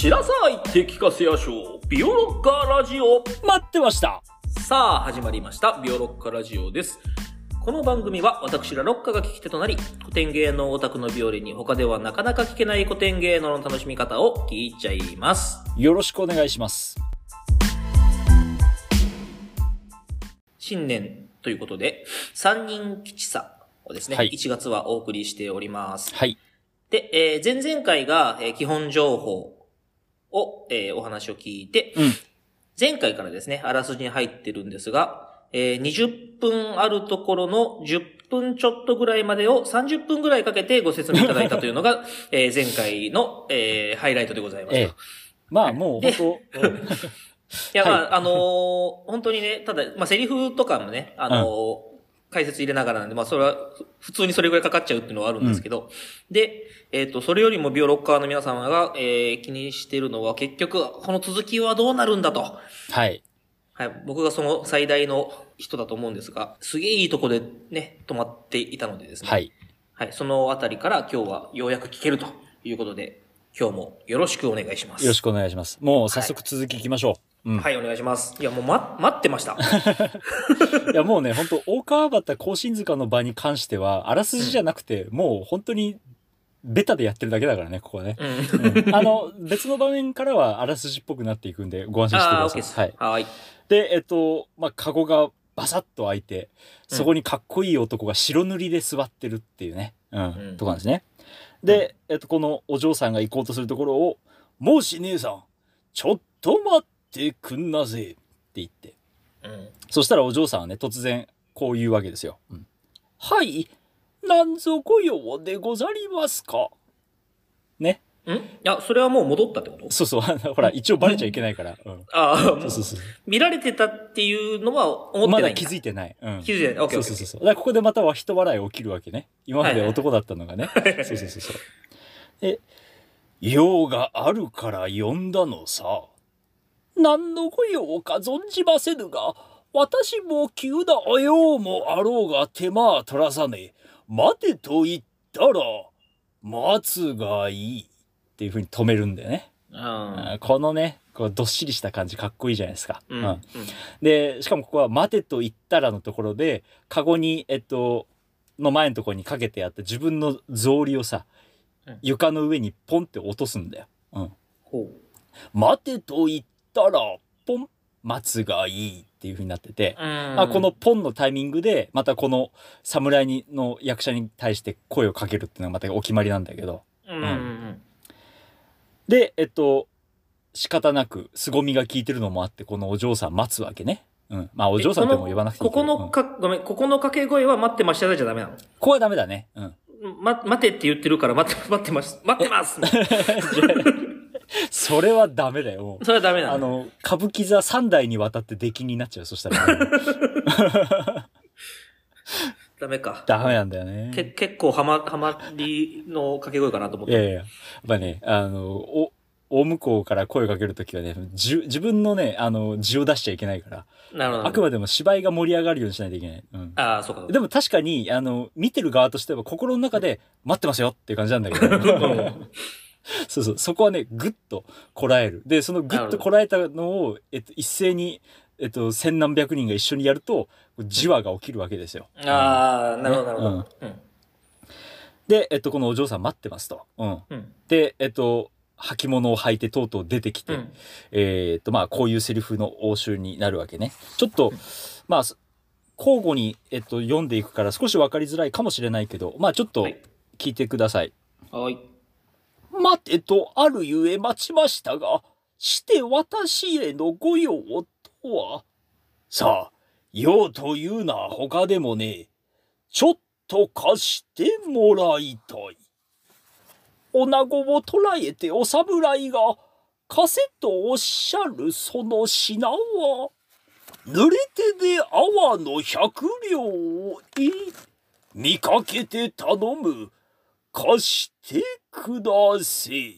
白沢って聞かせやしょう。ビオロッカーラジオ。 待ってました。 さあ、始まりました。ビオロッカーラジオです。この番組は私らロッカが聞き手となり、古典芸能オタクのビオレに他ではなかなか聞けない古典芸能の楽しみ方を聞いちゃいます。 よろしくお願いします。 新年ということで、三人吉さをですね、 はい、 1月はお送りしております。 はい。 で、前々回が、基本情報を、お話を聞いて、前回からですね、あらすじに入ってるんですが、20分あるところの10分ちょっとぐらいまでを30分ぐらいかけてご説明いただいたというのが、前回の、ハイライトでございます。 まあもう本当、 いや、まあ、本当にね、ただ、まあ、セリフとかもね、解説入れながらなんで、まあ、それは、普通にそれぐらいかかっちゃうっていうのはあるんですけど、で、それよりもビオロッカーの皆様が、気にしているのは、結局、この続きはどうなるんだと。 はい。 はい。僕がその最大の人だと思うんですが、すげえいいとこでね、止まっていたのでですね。 はい。 はい。そのあたりから今日はようやく聞けるということで、今日もよろしくお願いします。 よろしくお願いします。もう早速続きいきましょう。 はい、お願いします。いや、もう待ってました。 いや、もうね、本当大川端庚申塚の場に関しては、あらすじじゃなくて、もう本当に、ベタでやってるだけだからね、ここはね。別の場面からはあらすじっぽくなっていくんで、ご安心してください。 はい。はい。 で、まあ、カゴがバサッと開いて、そこにかっこいい男が白塗りで座ってるっていうね、とこなんですね。で、このお嬢さんが行こうとするところを、もし姉さん、ちょっと待ってくんなぜって言って。そしたらお嬢さんはね、突然こう言うわけですよ。はい、なんぞご用でござりますか。ね。 いや、それはもう戻ったってこと？ そうそう。ほら、一応バレちゃいけないから。 そう。見られてたっていうのは思ってないんだ。 まだ気づいてない。 気づいてない。オッケー。 そう。だからここでまたは人笑い起きるわけね。今まで男だったのがね。そう。用があるから呼んだのさ。何のご用か存じませぬが、私も急なお用もあろうが手間は取らさねえ。待てと言ったら、待つがいい。っていう風に止めるんだよね。このね、こうどっしりした感じかっこいいじゃないですか。で、しかもここは待てと言ったらのところで、カゴに、の前のところにかけてあった自分の草履をさ、床の上にポンって落とすんだよ。待てと言ったら、ポン、待つがいいっていう風になってて、このポンのタイミングで、またこの侍の役者に対して声をかけるっていうのがまたお決まりなんだけど。で、仕方なく凄みが効いてるのもあって、このお嬢さん待つわけね。まあお嬢さんっても言わなくていいけど。 ごめん、ここの掛け声は待ってましたじゃダメなの？ここはダメだね。 待てって言ってるから待ってますそれはダメだよ。 それはダメなの。歌舞伎座3代にわたって出禁になっちゃう。そしたら。 ダメか。 ダメなんだよね。 結構ハマりの掛け声かなと思って。 やっぱね、大向こうから声をかけるときはね、自分のね、字を出しちゃいけないから。 なるほど。 あくまでも芝居が盛り上がるようにしないといけない。 そうか。 でも確かに、見てる側としては心の中で待ってますよっていう感じなんだけど。そう。そこはね、ぐっとこらえる。で、そのぐっとこらえたのを、一斉に、千何百人が一緒にやると、じわが起きるわけですよ。 なるほど。 で、このお嬢さん待ってますと。で、履物を履いてとうとう出てきて、まあ、こういうセリフの応酬になるわけね。ちょっと、まあ、交互に、読んでいくから少しわかりづらいかもしれないけど、まあ、ちょっと聞いてください。 はい。 待てとあるゆえ待ちましたが、して私へのご用とは。さあ、用というな他でもねえ。ちょっと貸してもらいたい。女子を捕らえてお侍が、貸せとおっしゃるその品は、濡れ手で泡の100両を見かけて頼む。貸してくだせえ。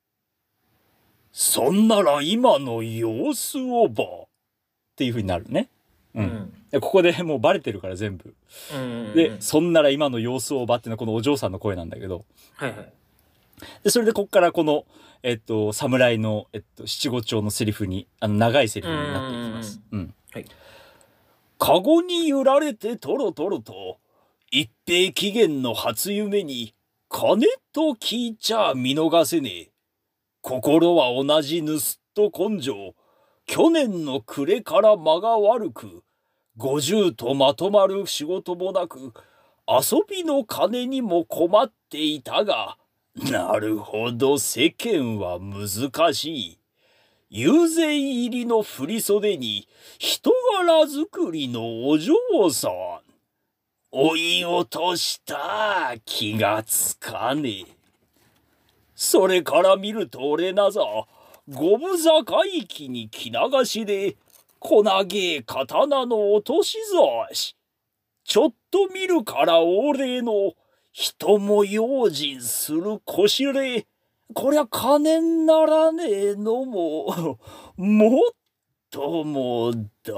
そんなら今の様子をば。っていう風になるね。ここでもうバレてるから全部。で、そんなら今の様子をばってのはこのお嬢さんの声なんだけど。 で、それでこっからこの、侍の、七五調のセリフに、長いセリフになっていきます。 はい。 かごに揺られてとろとろと、一平紀元の初夢に、金と聞いちゃ見逃せねえ。心は同じ盗人根性。去年の暮れから間が悪く、50とまとまる仕事もなく、遊びの金にも困っていたが、なるほど世間は難しい。友禅入りの振袖に人柄作りのお嬢さん。追い落とした気がつかねえ。それから見ると俺なざ、五分坂域に着流しで、こなげえ刀の落としざし。ちょっと見るから俺の人も用心するこしれ。こりゃ金にならねえのも、もっともだ。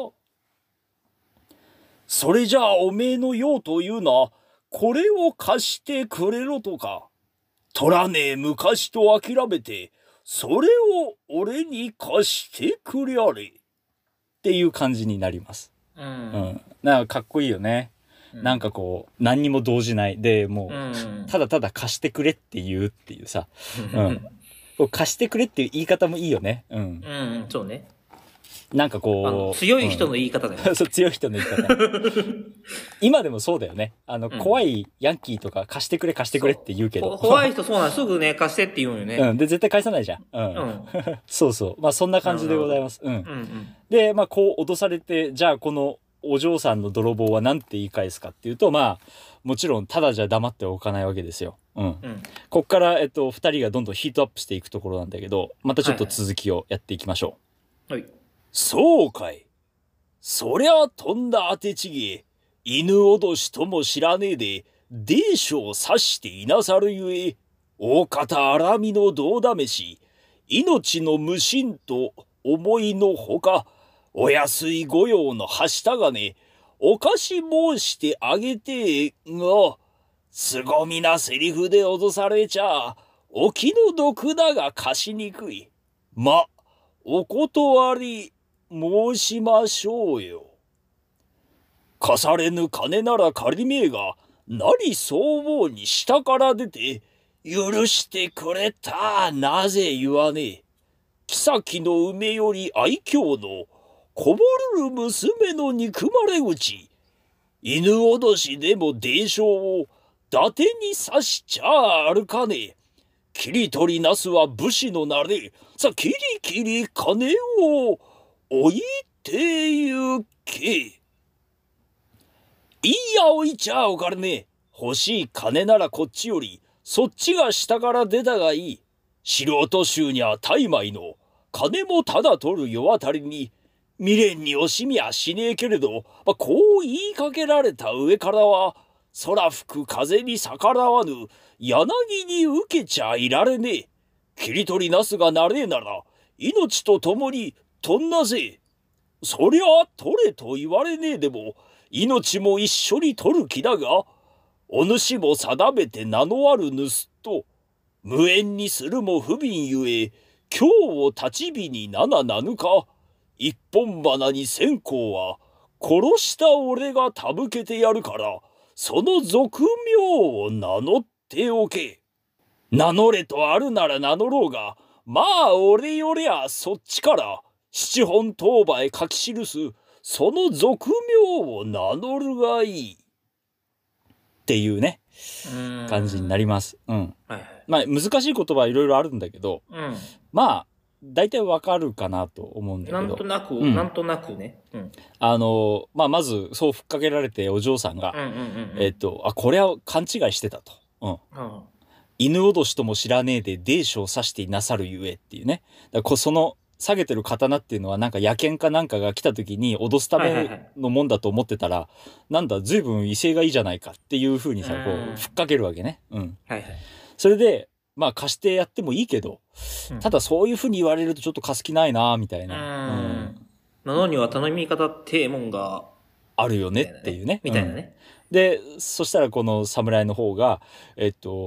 それじゃあおめえの用というな、これを貸してくれろとか。取らねえ昔と諦めて、それを俺に貸してくりゃれ。っていう感じになります。なんかかっこいいよね。なんかこう何にも動じないでもうただただ貸してくれって言うっていうさ、貸してくれっていう言い方もいいよね。 そうね。 なんかこう強い人の言い方だよね。 そう、強い人の言い方。今でもそうだよね。怖いヤンキーとか貸してくれ貸してくれって言うけど。 怖い人そうなんすぐね貸してって言うんよね。 で絶対返さないじゃん。そうそう。まあそんな感じでございます。でまあこう脅されて、じゃあこのお嬢さんの泥棒は何て言い返すかっていうと、まあもちろんただじゃ黙っておかないわけですよ。こっから2人がどんどんヒートアップしていくところなんだけど、またちょっと続きをやっていきましょう。 はい。 そうかい。そりゃとんだ当てちげえ。犬脅しとも知らねえで、大将を指していなさるゆえ、大方荒みの胴試し、命の無心と思いのほか、お安い御用のはした金、お貸し申してあげてえが、凄みなセリフで脅されちゃ、お気の毒だが貸しにくい。ま、お断り申しましょうよ。貸されぬ金なら借りめえが、なりそうに下から出て、許してくれた、なぜ言わねえ。妃の梅より愛嬌の、こぼるる娘の憎まれ口。犬脅しでも泥将を、伊達に刺しちゃあるかねえ。切り取りなすは武士のなれ。さ、キリキリ金を置いてゆけ。いや置いちゃおかれねえ。欲しい金ならこっちより、そっちが下から出たがいい。素人衆にゃ大枚の、金もただ取る世渡りに、未練に惜しみはしねえけれど、こう言いかけられた上からは、空吹く風に逆らわぬ、柳に受けちゃいられねえ。切り取りなすがなれえなら、命と共にとんなぜ。そりゃ取れと言われねえでも、命も一緒に取る気だが、お主も定めて名のある盗人、無縁にするも不憫ゆえ、今日を立ち火になぬか、一本花に線香は、殺した俺がたぶけてやるから、その俗名を名乗っておけ。名乗れとあるなら名乗ろうが、まあ俺よりゃそっちから七本当場へ書き記すその俗名を名乗るがいい。っていうね感じになります。まあ難しい言葉はいろいろあるんだけど、まあ大体わかるかなと思うんだけど。 なんとなくね。 まあまずそうふっかけられてお嬢さんが、これは勘違いしてたと。犬脅しとも知らねえで大将を指していなさるゆえっていうね。だからその下げてる刀っていうのはなんか野犬かなんかが来た時に脅すためのもんだと思ってたら、なんだ随分威勢がいいじゃないかっていう風にさこうふっかけるわけね。それでまあ貸してやってもいいけど、ただそういう風に言われるとちょっと貸す気ないなみたいな。 なのには頼み方ってえもんがあるよねっていうね。 みたいなね。 でそしたらこの侍の方が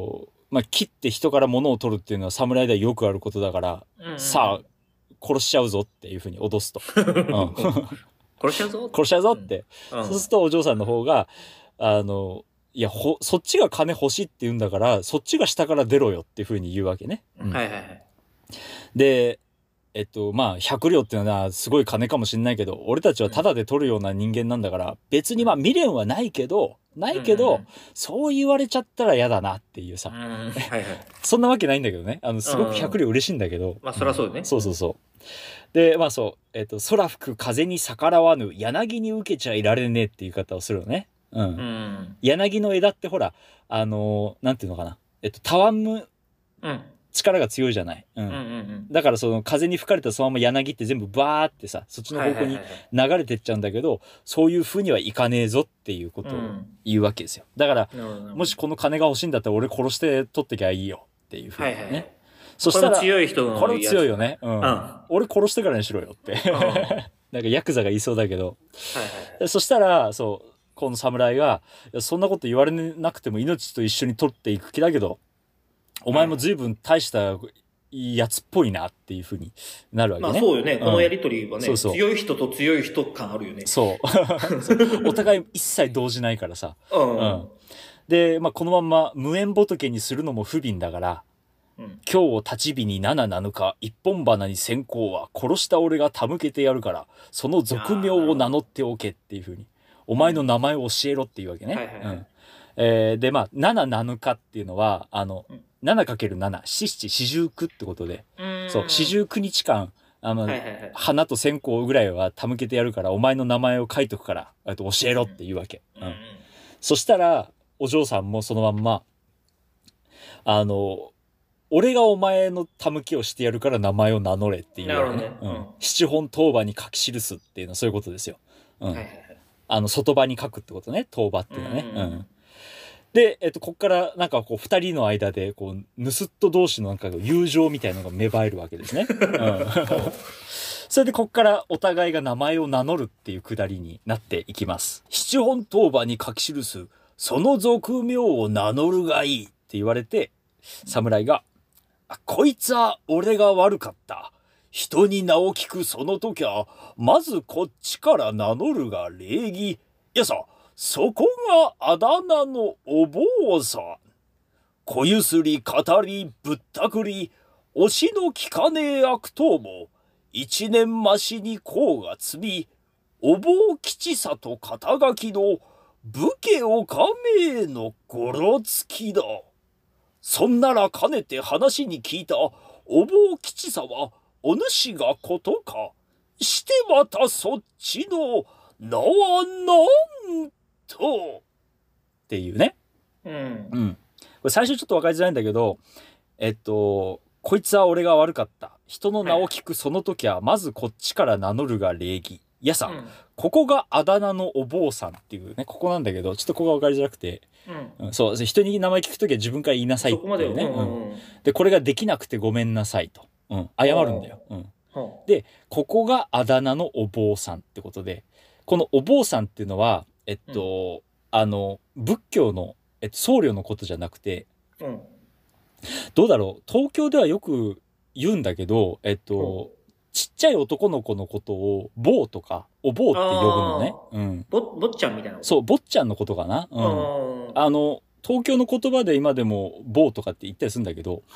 まあ、切って人から物を取るっていうのは侍ではよくあることだから、さあ殺しちゃうぞっていうふうに脅すと、 殺しちゃうぞ殺しちゃうぞって、そうするとお嬢さんの方がいやそっちが金欲しいって言うんだからそっちが下から出ろよっていうふうに言うわけね。 はいはいはい。 でまあ100両っていうのはすごい金かもしれないけど俺たちはタダで取るような人間なんだから別にまあ未練はないけどそう言われちゃったら嫌だなっていうさ、 はいはい、 そんなわけないんだけどね、すごく100両嬉しいんだけど、 まあそりゃそうよね。 そうそうそう。でまあそう空吹く風に逆らわぬ柳に受けちゃいられねえっていう言い方をするのね。柳の枝ってほらなんていうのかなたわむ力が強いじゃない、だからその風に吹かれたそのまま柳って全部バーってさそっちの方向に流れてっちゃうんだけど、そういう風にはいかねえぞっていうことを言うわけですよ。だからもしこの金が欲しいんだったら俺殺して取ってきゃいいよっていう風にね、そしたらこれ強い人のこれ強いよね、俺殺してからにしろよってなんかヤクザが言いそうだけど、そしたらそうこの侍がそんなこと言われなくても命と一緒に取っていく気だけどお前も随分大したやつっぽいなっていう風になるわけね。 まあそうよね、このやりとりはね、そう強い人と強い人感あるよね。 そうお互い一切動じないからさ、で、まあ、このまんま無縁仏にするのも不憫だから、今日を立ち火に七なぬか一本花に線香は殺した俺が手向けてやるからその俗名を名乗っておけっていう風にお前の名前を教えろっていうわけね。でまあ七なぬかっていうのは7×7 七七四十九ってことで、そう四十九日間花と線香ぐらいは手向けてやるからお前の名前を書いとくから教えろっていうわけ。そしたらお嬢さんもそのまんま俺がお前の手向きをしてやるから名前を名乗れっていうわけね。七本当場に書き記すっていうのはそういうことですよ。外場に書くってことね、当場っていうのはね。で、こっからなんかこう2人の間でこう盗っ人同士のなんか友情みたいなのが芽生えるわけですね。それでこっからお互いが名前を名乗るっていうくだりになっていきます。七本当場に書き記すその俗名を名乗るがいいって言われて侍がこいつは俺が悪かった。人に名を聞くその時はまずこっちから名乗るが礼儀。いやさそこがあだ名のお坊さん。小ゆすり語りぶったくり押しの利かねえ悪党も一年増しに功が積みお坊吉さと肩書きの武家おかめのごろつきだ。そんならかねて話に聞いたお坊吉さはお主がことかしてまたそっちの名はなんとっていうね。これ最初ちょっと分かりづらいんだけどこいつは俺が悪かった。人の名を聞くその時はまずこっちから名乗るが礼儀。いやさ、ここがあだ名のお坊さんっていうねここなんだけどちょっとここが分かりづらくて、そう人に名前聞く時は自分から言いなさいっていうね。でこれができなくてごめんなさいと、謝るんだよ。でここがあだ名のお坊さんってことでこのお坊さんっていうのは仏教の、僧侶のことじゃなくて、どうだろう東京ではよく言うんだけどちっちゃい男の子のことを坊とかお坊って呼ぶのね。 坊ちゃんみたいな。 そう坊ちゃんのことかな。東京の言葉で今でも坊とかって言ったりするんだけど、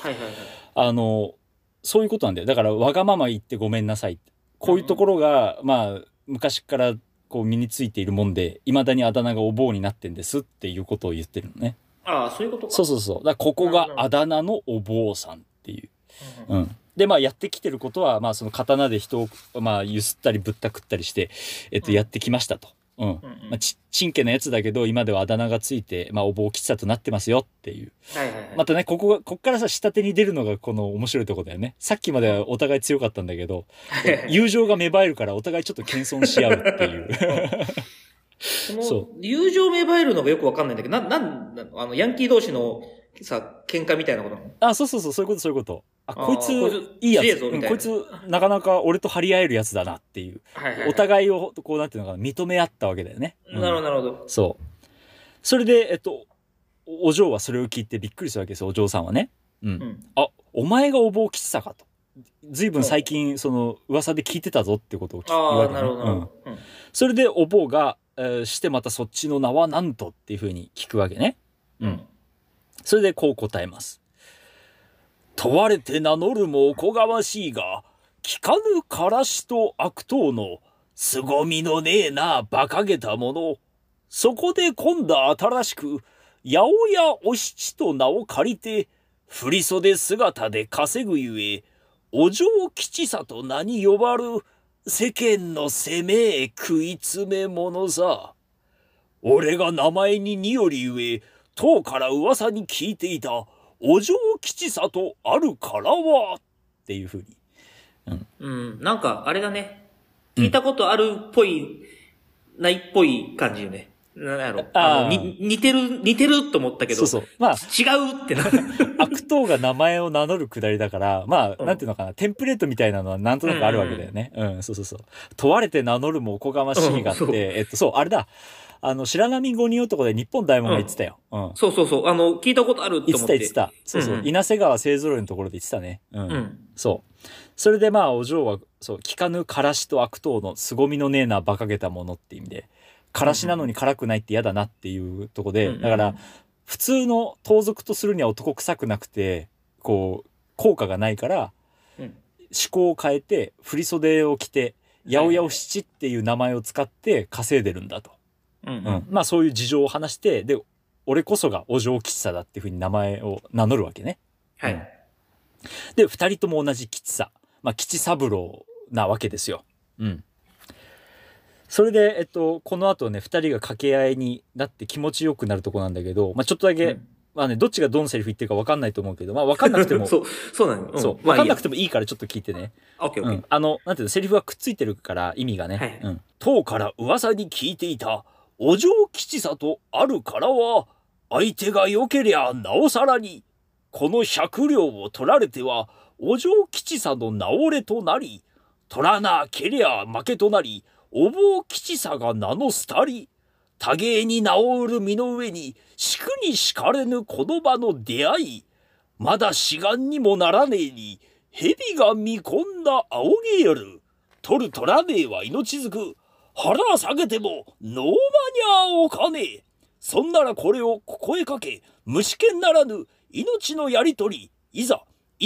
そういうことなんだよ。だからわがまま言ってごめんなさい。こういうところがまあ昔からこう身についているもんでいまだにあだ名がお坊になってんですっていうことを言ってるのね。 そういうことか。 そうだからここがあだ名のお坊さんっていう。でまあやってきてることはまあその刀で人をまあゆすったりぶったくったりしてやってきましたと。ちんけなやつだけど今ではあだ名がついてまあお坊吉さとなってますよっていう。またねこっからさ下手に出るのがこの面白いとこだよね。さっきまではお互い強かったんだけど友情が芽生えるからお互いちょっと謙遜し合うっていうそう友情芽生えるのがよくわかんないんだけどヤンキー同士のさ喧嘩みたいなことなの？ そういうことこいついいやつ、こいつなかなか俺と張り合えるやつだなっていう、お互いをこうなんていうのかな認め合ったわけだよね。 なるほど。 そうそれでお嬢はそれを聞いてびっくりするわけですよ、お嬢さんはね。 うんあ、お前がお坊吉さかと。ずいぶん最近その噂で聞いてたぞってことを言うわけね。 なるほどなるほど。 それでお坊が、してまたそっちの名は何とっていうふうに聞くわけね。それでこう答えます。問われて名乗るもおこがましいが、聞かぬからしと悪党の凄みのねえな馬鹿げたもの。そこで今度新しく、八百屋お七と名を借りて、振袖姿で稼ぐゆえ、お嬢吉さと名に呼ばる世間のせめえ食い詰め者さ。俺が名前にによりゆえ、当から噂に聞いていたお嬢吉さとあるからは、っていうふうに。 なんか、あれだね。聞いたことあるっぽい、ないっぽい感じよね。なんやろ。似てると思ったけど。 そう。まあ、 違うってな。 悪党が名前を名乗るくだりだから、まあ、なんていうのかな、テンプレートみたいなのはなんとなくあるわけだよね。そう。問われて名乗るもおこがましいがって、あれだ。白波五人男で日本大門が言ってたよ。 そう。聞いたことあるって思って。 言ってた。そう。稲瀬川勢揃いのところで言ってたね。そう。それでまあ、お嬢は、聞かぬからしと悪党の凄みのねえな馬鹿げたものって意味で、からしなのに辛くないって嫌だなっていうとこで、だから、普通の盗賊とするには男臭くなくて、こう、効果がないから、思考を変えて、振袖を着て、八百屋お七っていう名前を使って稼いでるんだと。まあそういう事情を話して、で、俺こそがお嬢吉さだっていうふうに名前を名乗るわけね。で、二人とも同じ吉さ。まあ吉三郎なわけですよ。それで、この後ね、二人が掛け合いになって気持ちよくなるとこなんだけど、まあちょっとだけ、まあね、どっちがどのセリフ言ってるか分かんないと思うけど、まあ分かんなくても。 そうなの。 分かんなくてもいいからちょっと聞いてね。 オッケー。 なんていうの、セリフがくっついてるから意味がね。当から噂に聞いていた、お嬢吉さとあるからは、相手が良けりゃなおさらに、この100両を取られては、お嬢吉さの名折れとなり、取らなけりゃ負けとなり、お坊吉さが名の廃り、多芸に名を売る身の上に、しくにしかれぬこの場の出会い、まだ志願にもならねえに、蛇が見込んだ仰げやる。取る取らねえは命づく。腹下げてもノーマニャーおかねえ。そんならこれを声かけ、虫剣ならぬ命のやりとり。いざ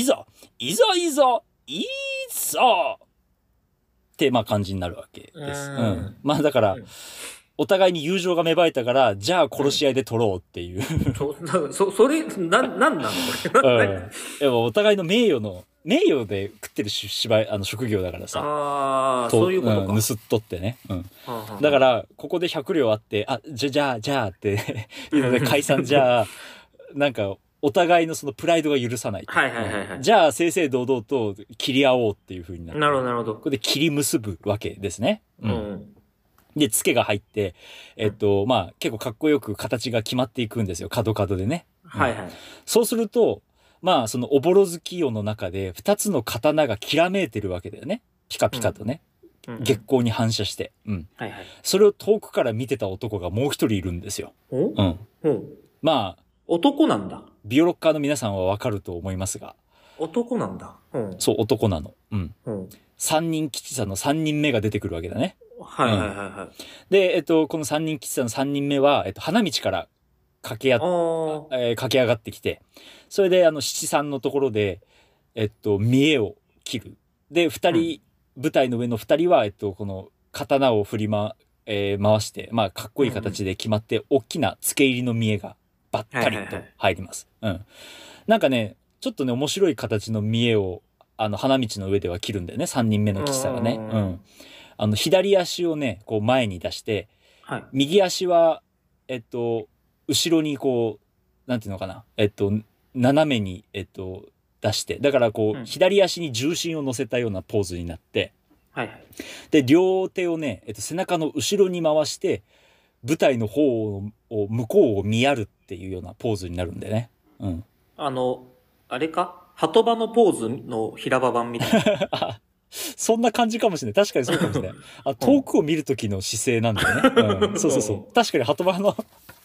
ってまあ感じになるわけです。まあだから、お互いに友情が芽生えたから、じゃあ殺し合いで取ろうっていう。 それ、なんなのこれ。 お互いの名誉で食ってる職業だからさ。 そういうことか。 盗っ取ってね。だから、ここで100両あって、じゃあっていうので解散じゃあ、なんか、お互いのそのプライドが許さない。じゃあ、正々堂々と切り合おうっていう風になって。 なるほど。 ここで切り結ぶわけですね。で、付けが入って、まあ、結構かっこよく形が決まっていくんですよ。角でね。そうすると、まあ、そのおぼろ月夜の中で、2つの刀がきらめいてるわけだよね。ピカピカとね。月光に反射して。それを遠くから見てた男がもう一人いるんですよ。まあ、 男なんだ。 ビオロッカーの皆さんはわかると思いますが。 男なんだ。 そう、男なの。三人吉さんの3人目が出てくるわけだね。で、この三人吉さんの3人目は、花道から駆け上がってきて、それで、七三のところで、見栄を切る。で、舞台の上の2人は、この刀を振り回して、まあ、かっこいい形で決まって、大きな付け入りの見栄がばったりと入ります。なんかね、ちょっとね、面白い形の見栄を、花道の上では切るんだよね、3人目の吉さがね。左足をね、こう前に出して、右足は、後ろにこう、なんていうのかな、斜めに、出して、だからこう、左足に重心を乗せたようなポーズになって、で、両手をね、背中の後ろに回して、舞台の方を、向こうを見やるっていうようなポーズになるんでね。 あれか鳩場のポーズの平場版みたいな。 そんな感じかもしれない。確かにそうかもしれない。遠くを見る時の姿勢なんだよね。そう。確かに鳩場の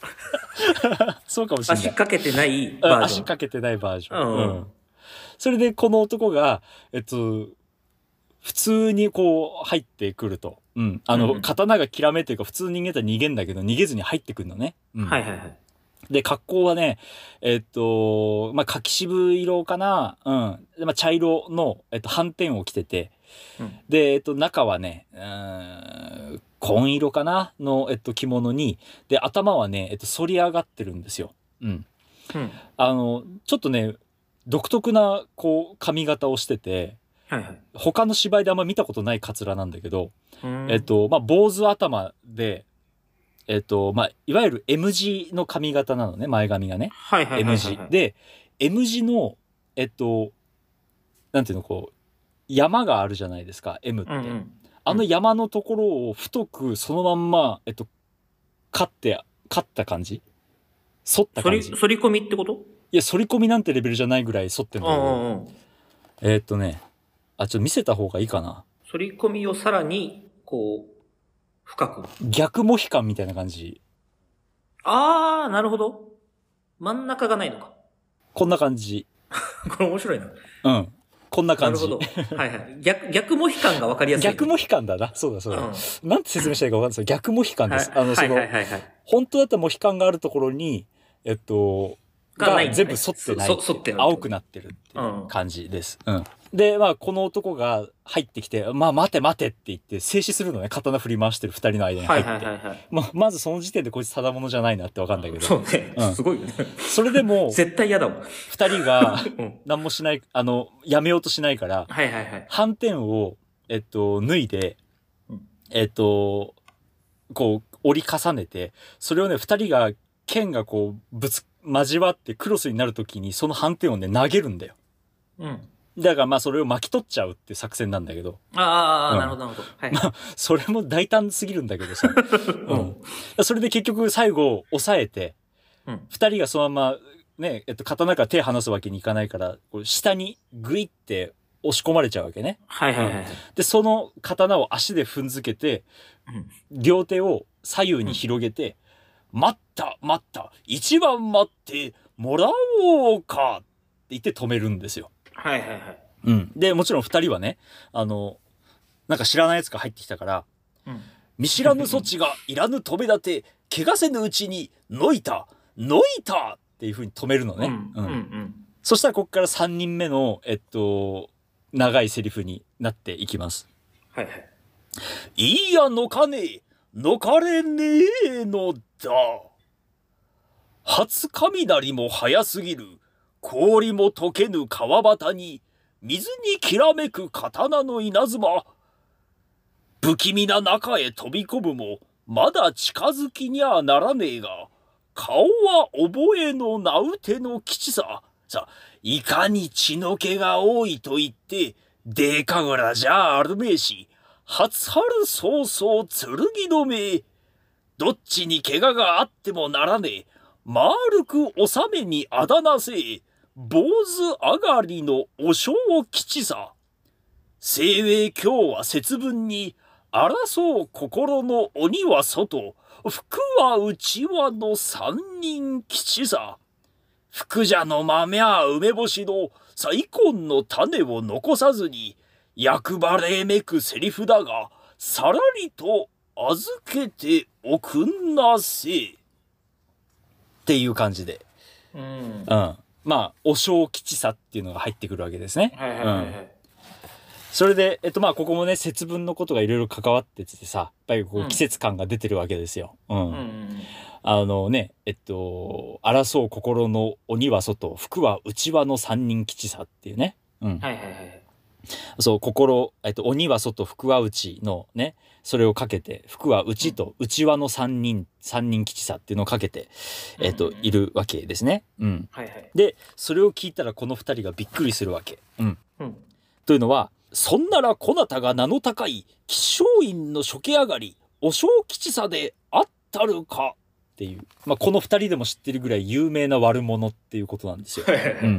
そうかもしれない。 足かけてないバージョン。 足かけてないバージョン。 うん。 それでこの男が、普通にこう入ってくると。刀がきらめっていうか普通人間とは逃げんだけど、逃げずに入ってくるのね。 はいはいはい。 で、格好はね、柿渋色かな。茶色の、斑点を着てて、で、中はね、紺色かなの、着物に、で、頭はね、反り上がってるんですよ。ちょっとね、独特な、こう、髪型をしてて、他の芝居であんま見たことないカツラなんだけど、坊主頭で、いわゆる M 字の髪型なのね、前髪がね。M 字。で、M 字の、なんていうの、こう、山があるじゃないですか、M って。あの山のところを太くそのまんま、刈った感じ反った感じ。 反り込みってこと？ いや、反り込みなんてレベルじゃないぐらい反ってんだけど。ちょっと見せた方がいいかな。 反り込みをさらに、こう、深く。 逆モヒカンみたいな感じ。 あー、なるほど。真ん中がないのか。 こんな感じ。 これ面白いな。 こんな感じ。 なるほど。はいはい。逆モヒカンが分かりやすい。 逆モヒカンだな。そうだ。なんて説明したらいいか分かんないですけど、逆モヒカンです。本当だったらモヒカンがあるところに、が全部反ってない。 反ってる。 青くなってるっていう感じです。で、この男が入ってきて、待てって言って静止するのね。刀振り回してる二人の間に入って。まずその時点でこいつただものじゃないなってわかんだけど。 そうね。すごいよね。 それでも、 絶対嫌だもん。 二人が何もしない、やめようとしないから、斑点を、脱いで、こう、折り重ねて、それをね、二人が、剣がこう、交わってクロスになるときに、その斑点をね、投げるんだよ。だからそれを巻き取っちゃうっていう作戦なんだけど。 なるほど、なるほど。 それも大胆すぎるんだけどさ。それで結局最後、抑えて、二人がそのまま、ね、刀から手離すわけにいかないから、こう下にグイって押し込まれちゃうわけね。で、その刀を足で踏んづけて、両手を左右に広げて、待った、一番待ってもらおうかって言って止めるんですよ。で、もちろん二人はね、なんか知らないやつが入ってきたから、見知らぬ措置がいらぬ止め立て、怪我せぬうちに、のいたっていう風に止めるのね。そしたらここから3人目の、長いセリフになっていきます。いいやのかねれねえのだ。初雷も早すぎる。氷も溶けぬ川端に、水にきらめく刀の稲妻。不気味な中へ飛び込むも、まだ近づきにゃならねえが、顔は覚えの名うての吉さ。いかに血の気が多いと言って、でかぐらじゃあるめえし、初春早々剣のめ。どっちに怪我があってもならねえ。丸く収めにあだなせえ。坊主上がりのお正吉さ。清明今日は節分に、争う心の鬼は外、福は内輪の三人吉さ。福じゃの豆は梅干しの再婚の種を残さずに、役場れめくセリフだが、さらりと預けておくんなせ。っていう感じで。お正吉さっていうのが入ってくるわけですね。それで、ここもね、節分のことがいろいろ関わっててさ、やっぱりこう季節感が出てるわけですよ。争う心の鬼は外、福は内輪の三人吉さっていうね。そう、鬼は外、福は内のね、それをかけて、福は内と内輪の三人吉さっていうのをかけて、いるわけですね。で、それを聞いたらこの二人がびっくりするわけ。というのは、そんならこなたが名の高い吉祥院の処刑上がり、お正吉さであったるかっていう、この二人でも知ってるぐらい有名な悪者っていうことなんですよ。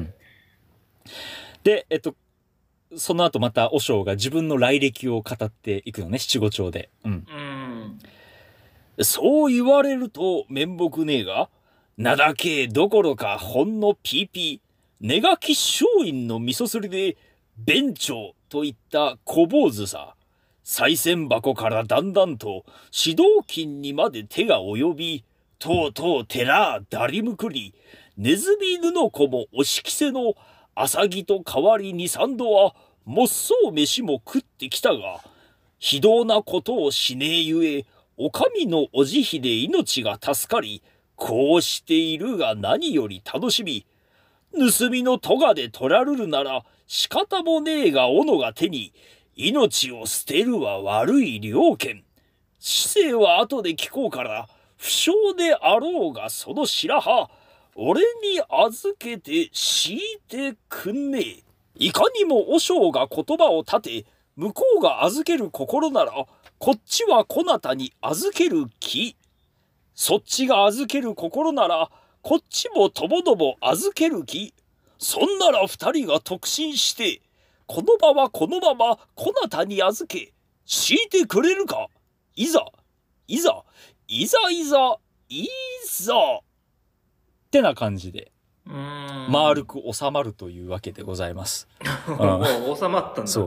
で、その後また和尚が自分の来歴を語っていくのね、七五調で。そう言われると面目ねえが、 名だけどころかほんのピーピー、根がき松陰の味噌すりで、弁長といった小坊主さ。賽銭箱からだんだんと指導金にまで手が及び、とうとう寺だりむくり、ネズミ布子もおしきせの浅木と代わりに三度はもっそう飯も食ってきたが、非道なことをしねえゆえ、お上のお慈悲で命が助かり、こうしているが何より楽しみ。盗みの咎で取らるるなら仕方もねえが斧が手に、命を捨てるは悪い了見。知性は後で聞こうから、不祥であろうがその白羽、俺に預けて敷いてくんねえ。いかにも和尚が言葉を立て、向こうが預ける心なら、こっちはこなたに預ける気。そっちが預ける心なら、こっちもともども預ける気。そんなら二人が特進して、この場はこのままこなたに預け、敷いてくれるか。いざ、いざ、いざいざ、いざ。ってな感じで、丸く収まるというわけでございます。 もう収まったんだ。 そう。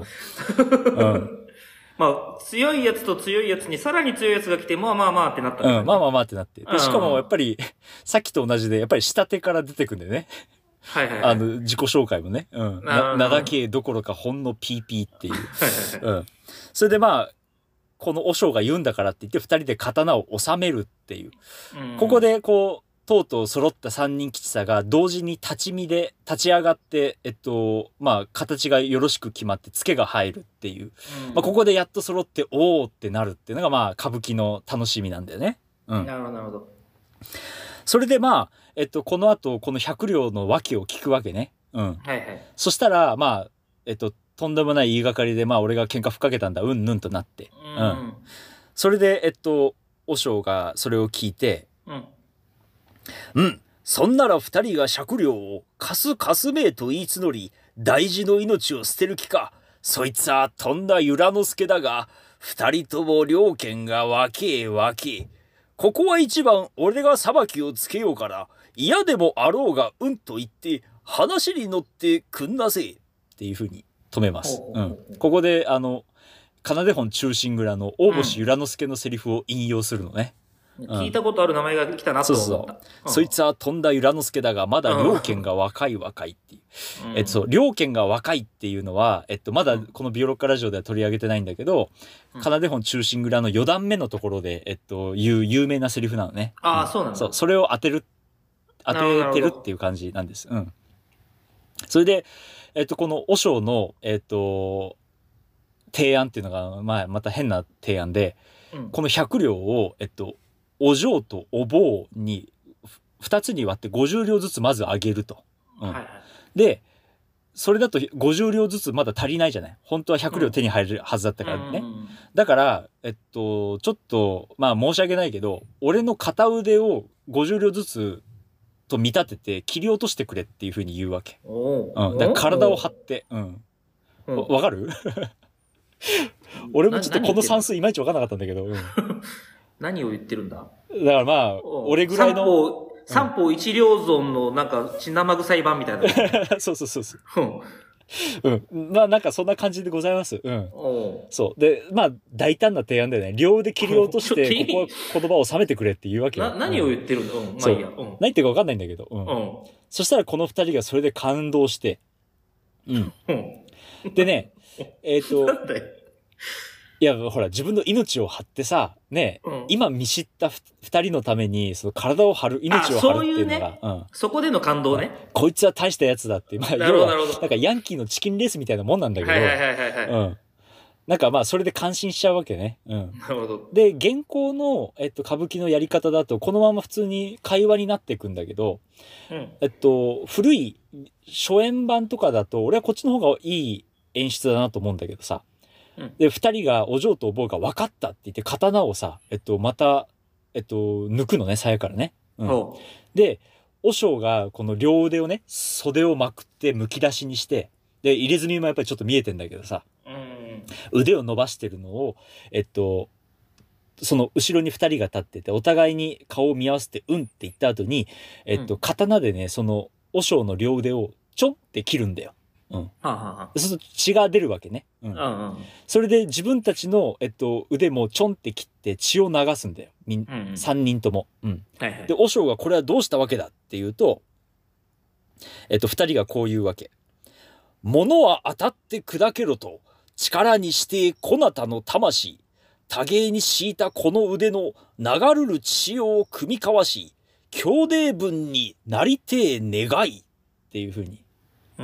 まあ、強いやつと強いやつにさらに強いやつが来て、まあまあまあってなったんだ、ね。 まあまあまあってなって。で、しかもやっぱり、さっきと同じで、やっぱり下手から出てくんだよね。 はいはい、はい。 自己紹介もね。名だけどころかほんのピーピーっていう。それでまあ、この和尚が言うんだからって言って二人で刀を収めるっていう。ここでこう、とうとう揃った三人吉さが同時に立ち見で立ち上がって、まあ、形がよろしく決まってツケが入るっていう。まあ、ここでやっと揃っておーってなるっていうのがまあ、歌舞伎の楽しみなんだよね。 なるほど、なるほど。 それでまあ、この後、この百両の訳を聞くわけね。 はいはい。 そしたら、まあ、とんでもない言いがかりで、まあ、俺が喧嘩ふっかけたんだ、うんぬんとなって。それで、和尚がそれを聞いて、そんなら二人が百両を貸すめえと言い募り、大事の命を捨てる気か。そいつはとんだ由良之助だが、二人とも両見が若え若え。ここは一番俺が裁きをつけようから、嫌でもあろうがうんと言って、話に乗ってくんなせえ。っていうふうに止めます。ここで、奏で本忠臣蔵の大星由良之助のセリフを引用するのね。 聞いたことある名前が来たなと思った。 そう。そいつはとんだ由良之助だが、まだ両家が若いっていう。そう、両家が若いっていうのは、まだこのビオロッカラジオでは取り上げてないんだけど、奏で本忠臣蔵の4段目のところで、いう有名なセリフなのね。 ああ、そうなんだ。 そう、それを当ててるっていう感じなんです。それで、この和尚の、提案っていうのが、また変な提案で、この100両を、お嬢とお坊に2つに割って50両ずつまずあげると。で、それだと50両ずつまだ足りないじゃない。本当は100両手に入るはずだったからね。だから、ちょっと、まあ申し訳ないけど、俺の片腕を50両ずつと見立てて切り落としてくれっていうふうに言うわけ。だから体を張って。わかる俺もちょっとこの算数いまいちわかんなかったんだけど。 何を言ってるんだ。だからまあ、俺ぐらいの。 三方一両損のなんか血生臭い版みたいな。 そう。まあなんかそんな感じでございます。そう。で、まあ大胆な提案だよね。両腕切り落として、ここは言葉を収めてくれっていうわけよ。 何を言ってるんだ。まあいいや。 何言ってるかわかんないんだけど。そしたらこの二人がそれで感動して。でね、 なんだよ。 いや、ほら、自分の命を張ってさ、ね、今見知った二人のために、その体を張る、命を張るっていうのが、 そこでの感動ね。 こいつは大したやつだって、まあ、要は、なんかヤンキーのチキンレースみたいなもんなんだけど、なんかまあ、それで感心しちゃうわけね。なるほど。 で、現行の、歌舞伎のやり方だと、このまま普通に会話になっていくんだけど、古い初演版とかだと、俺はこっちの方がいい演出だなと思うんだけどさ、で、二人が、お嬢とお坊が分かったって言って、刀をさ、また、抜くのね、鞘からね。で、和尚が、この両腕をね、袖をまくって剥き出しにして、で、入れ墨もやっぱりちょっと見えてんだけどさ、腕を伸ばしてるのを、 その後ろに2人が立ってて、お互いに顔を見合わせてうんって言った後に、刀でね、その和尚の両腕をちょんって切るんだよ。うん。 はあ、はあ、 そうすると血が出るわけね。うん。 うんうん。 それで自分たちの、腕もちょんって切って血を流すんだよ。3人とも。うん。 はいはい。 で、和尚がこれはどうしたわけだっていうと、2人がこう言うわけ。物は当たって砕けろと、力にしてこなたの魂、多芸に敷いたこの腕の流るる血を組み交わし、兄弟分になりてえ願いっていう風に。うん。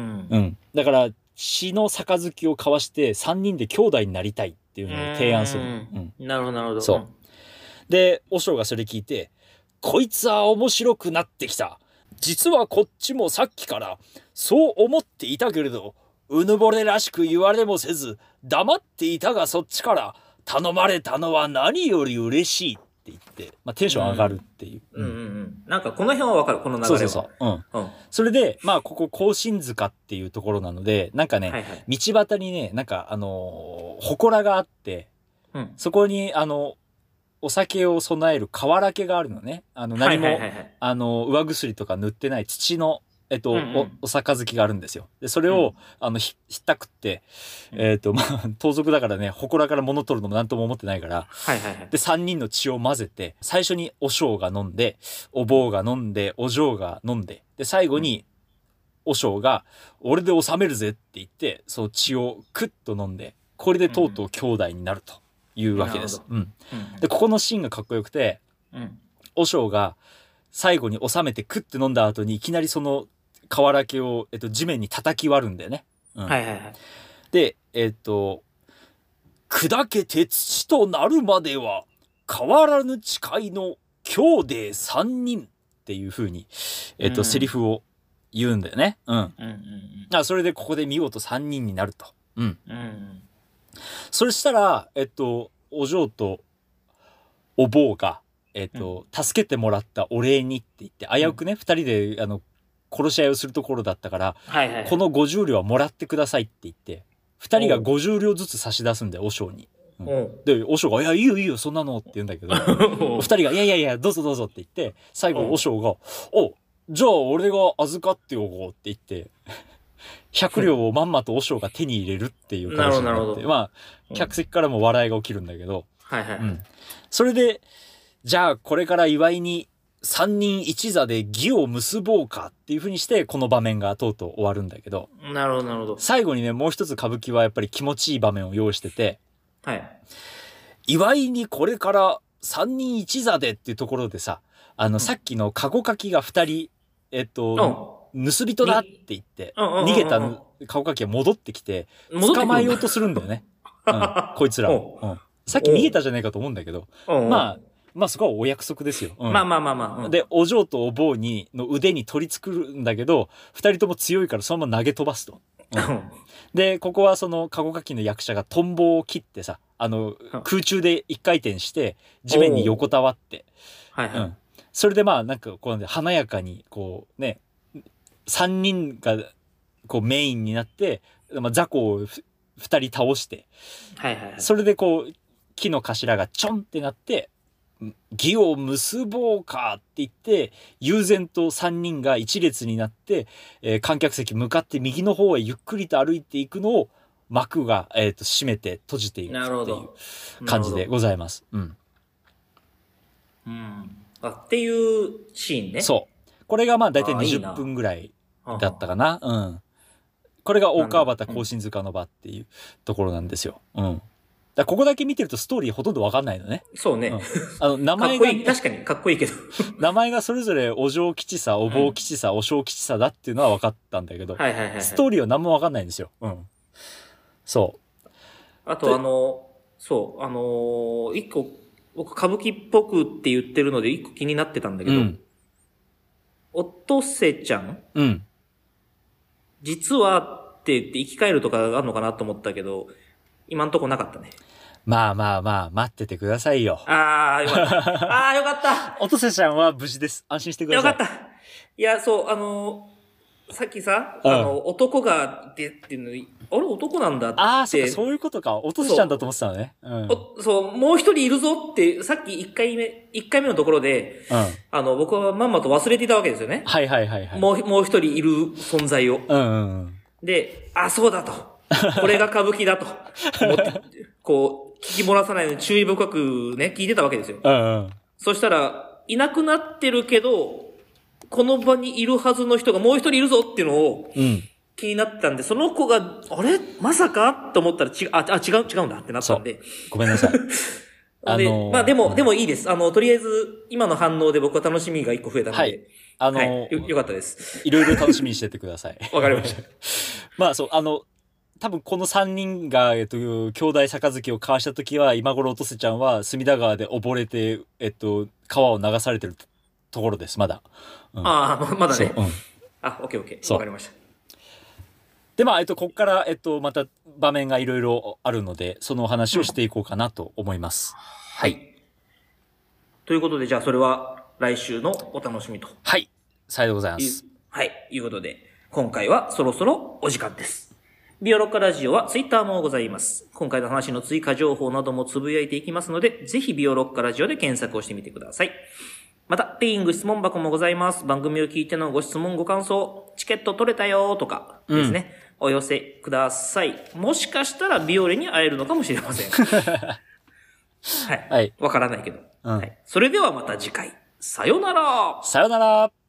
だから、血の杯を交わして3人で兄弟になりたいっていうのを提案する。 なるほど、なるほど。 そう。で、和尚がそれ聞いて、こいつは面白くなってきた。実はこっちもさっきからそう思っていたけれど、うぬぼれらしく言われもせず、黙っていたがそっちから頼まれたのは何より嬉しいって言って、まあ、テンション上がるっていう。 なんかこの辺はわかる、この流れは。 そう。それで、まあ、ここ、甲信塚っていうところなので、なんかね、道端にね、なんか、祠があって、そこに、お酒を備える瓦家があるのね。何も、上薬とか塗ってない土の、お杯があるんですよ。で、それを、ひったくって、まあ、盗賊だからね、祠から物取るのもなんとも思ってないから、で、3人の血を混ぜて、最初にお尚が飲んで、お坊が飲んで、お嬢が飲んで、で、最後に、お尚が、俺で収めるぜって言って、その血をクッと飲んで、これでとうとう兄弟になると。いうわけです。で、ここのシーンがかっこよくて、和尚が最後に収めてクッて飲んだ後にいきなりその瓦家を、地面に叩き割るんだよね。で、砕けて土となるまでは変わらぬ誓いの兄弟3人っていう風に、セリフを言うんだよね。それでここで見事3人になると。それしたら、お嬢とお坊が、助けてもらったお礼にって言って、危うくね、2人で、殺し合いをするところだったから、この50両はもらってくださいって言って、2人が50両ずつ差し出すんだよ、和尚に。で、和尚が、いや、いいよいいよ、そんなのって言うんだけど、2人が、いや、どうぞどうぞって言って、最後、和尚が、じゃあ俺が預かっておこうって言って、100両をまんまと和尚が手に入れるっていう形になって、まあ、客席からも笑いが起きるんだけど、それで、じゃあこれから祝いに3人一座で義を結ぼうかっていう風にして、この場面がとうとう終わるんだけど、 なるほど。 最後にね、もう一つ歌舞伎はやっぱり気持ちいい場面を用意してて、祝いにこれから3人一座でっていうところでさ、さっきのカゴカキが2人、盗人だって言って、逃げたカゴカキが戻ってきて、捕まえようとするんだよね。こいつらを。さっき逃げたじゃねえかと思うんだけど、まあそこはお約束ですよ。 まあ。 で、お嬢とお坊の腕に取り付くんだけど、2人とも強いからそのまま投げ飛ばすと。で、ここはそのカゴカキの役者がトンボを切ってさ、空中で一回転して地面に横たわって、それでまあなんかこう華やかにこうね、3人がこうメインになって、雑魚を2人倒して、それでこう木の頭がちょんってなって義を結ぼうかって言って悠然と3人が一列になって、観客席向かって右の方へゆっくりと歩いていくのを幕が、閉めて閉じていくっていう感じでございます。 っていうシーンね。 そう。これがまあ大体20分ぐらいだったかな。これが大川端庚申塚の場っていうところなんですよ。だここだけ見てるとストーリーほとんどわかんないのね。 そうね。 名前が、 確かにかっこいいけど。 名前がそれぞれお嬢吉さ、お坊吉さ、お正吉さだっていうのは分かったんだけど、ストーリーは何もわかんないんですよ。そう。 あと一個、僕歌舞伎っぽくって言ってるので一個気になってたんだけど、おとせちゃん実はって言って生き返るとかあるのかなと思ったけど、今んとこなかったね。 まあ、待っててくださいよ。 よかった。よかった。 おとせちゃんは無事です。安心してください。 よかった。いや、そう、 さっきさ、 うん男がっていうの、あれ男なんだって。 ああ、そういうことか。落としちゃんだと思ってたのね。うん。 そう、もう一人いるぞって、さっき一回目のところで、僕はまんまと忘れていたわけですよね。 はいはいはいはい。 もう一人いる存在を。 うんうんうん。 で、そうだと。これが歌舞伎だと。思って、こう、聞き漏らさないように注意深くね、聞いてたわけですよ。 うんうん。 そしたら、いなくなってるけど、この場にいるはずの人がもう一人いるぞっていうのを、気になったんで、その子が、あれまさかと思ったら違うんだってなったんで。 ごめんなさい。 でもいいです。とりあえず、今の反応で僕は楽しみが一個増えたので。 はい。 よかったです。 いろいろ楽しみにしててください。 わかりました。 まあそう、多分この3人が、兄弟杯を交わした時は、今頃おとせちゃんは隅田川で溺れて、川を流されてるところです、まだ。 まだね。 オッケー。わかりました。 で、ここから、また場面がいろいろあるので、そのお話をしていこうかなと思います。 はい。ということで、じゃあそれは来週のお楽しみと。 はい。さようでございます。 はい。いうことで、今回はそろそろお時間です。ビオロッカラジオはツイッターもございます。今回の話の追加情報などもつぶやいていきますので、ぜひビオロッカラジオで検索をしてみてください。また、ペイング質問箱もございます。番組を聞いてのご質問ご感想、チケット取れたよとかですね、お寄せください。もしかしたらビオレに会えるのかもしれません。はい。わからないけど。はい。それではまた次回。さよなら。 さよなら。